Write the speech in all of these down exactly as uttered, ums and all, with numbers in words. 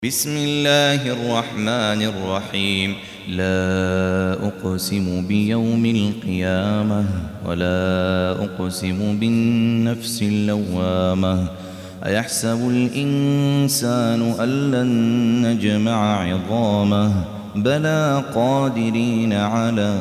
بسم الله الرحمن الرحيم. لا أقسم بيوم القيامة ولا أقسم بالنفس اللوامة. أيحسب الإنسان أن لن نجمع عظامه بلى قادرين على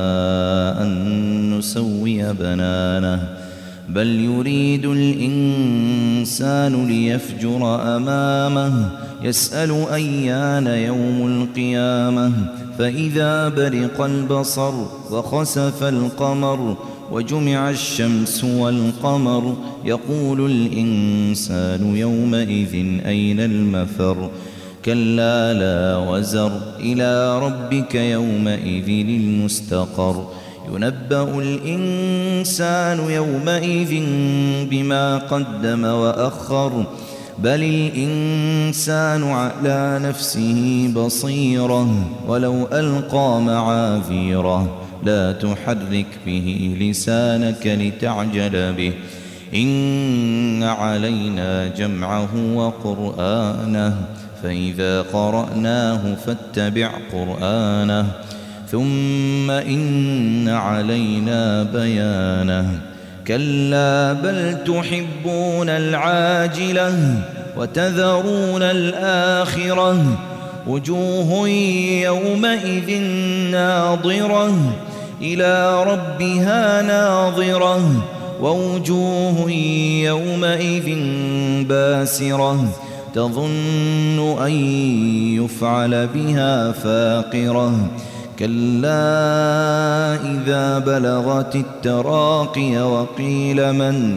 أن نسوي بنانه بل يريد الإنسان ليفجر أمامه يسأل أيان يوم القيامة فإذا برق البصر وخسف القمر وجمع الشمس والقمر يقول الإنسان يومئذ أين المفر كلا لا وزر إلى ربك يومئذ المستقر ينبأ الإنسان يومئذ بما قدم وأخر بل الإنسان على نفسه بصيرة ولو ألقى معاذيره لا تحرك به لسانك لتعجل به إن علينا جمعه وقرآنه فإذا قرأناه فاتبع قرآنه ثم إن علينا بيانه كلا بل تحبون العاجلة وتذرون الآخرة وجوه يومئذ ناظرة إلى ربها ناظرة ووجوه يومئذ باسرة تظن أن يفعل بها فاقرة كلا إذا بلغت التراقي وقيل من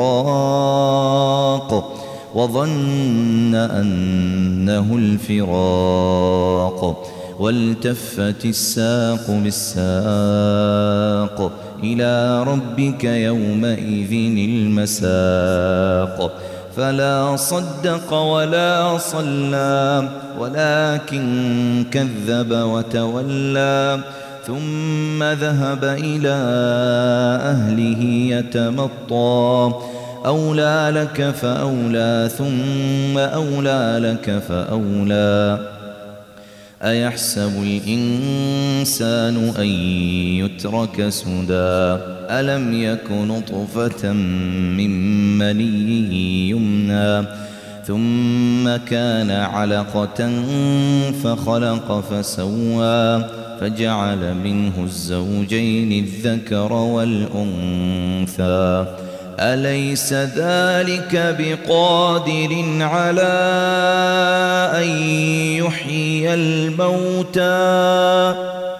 راق وظن أنه الفراق والتفت الساق بالساق إلى ربك يومئذ المساق فلا صدق ولا صلى ولكن كذب وتولى ثم ذهب إلى أهله يتمطى أولى لك فأولى ثم أولى لك فأولى أيحسب الإنسان أن يترك سدى ألم يك نطفة من مني يمنى ثم كان علقة فخلق فسوى فجعل منه الزوجين الذكر والأنثى أليس ذلك بقادر على أن يحيي الموتى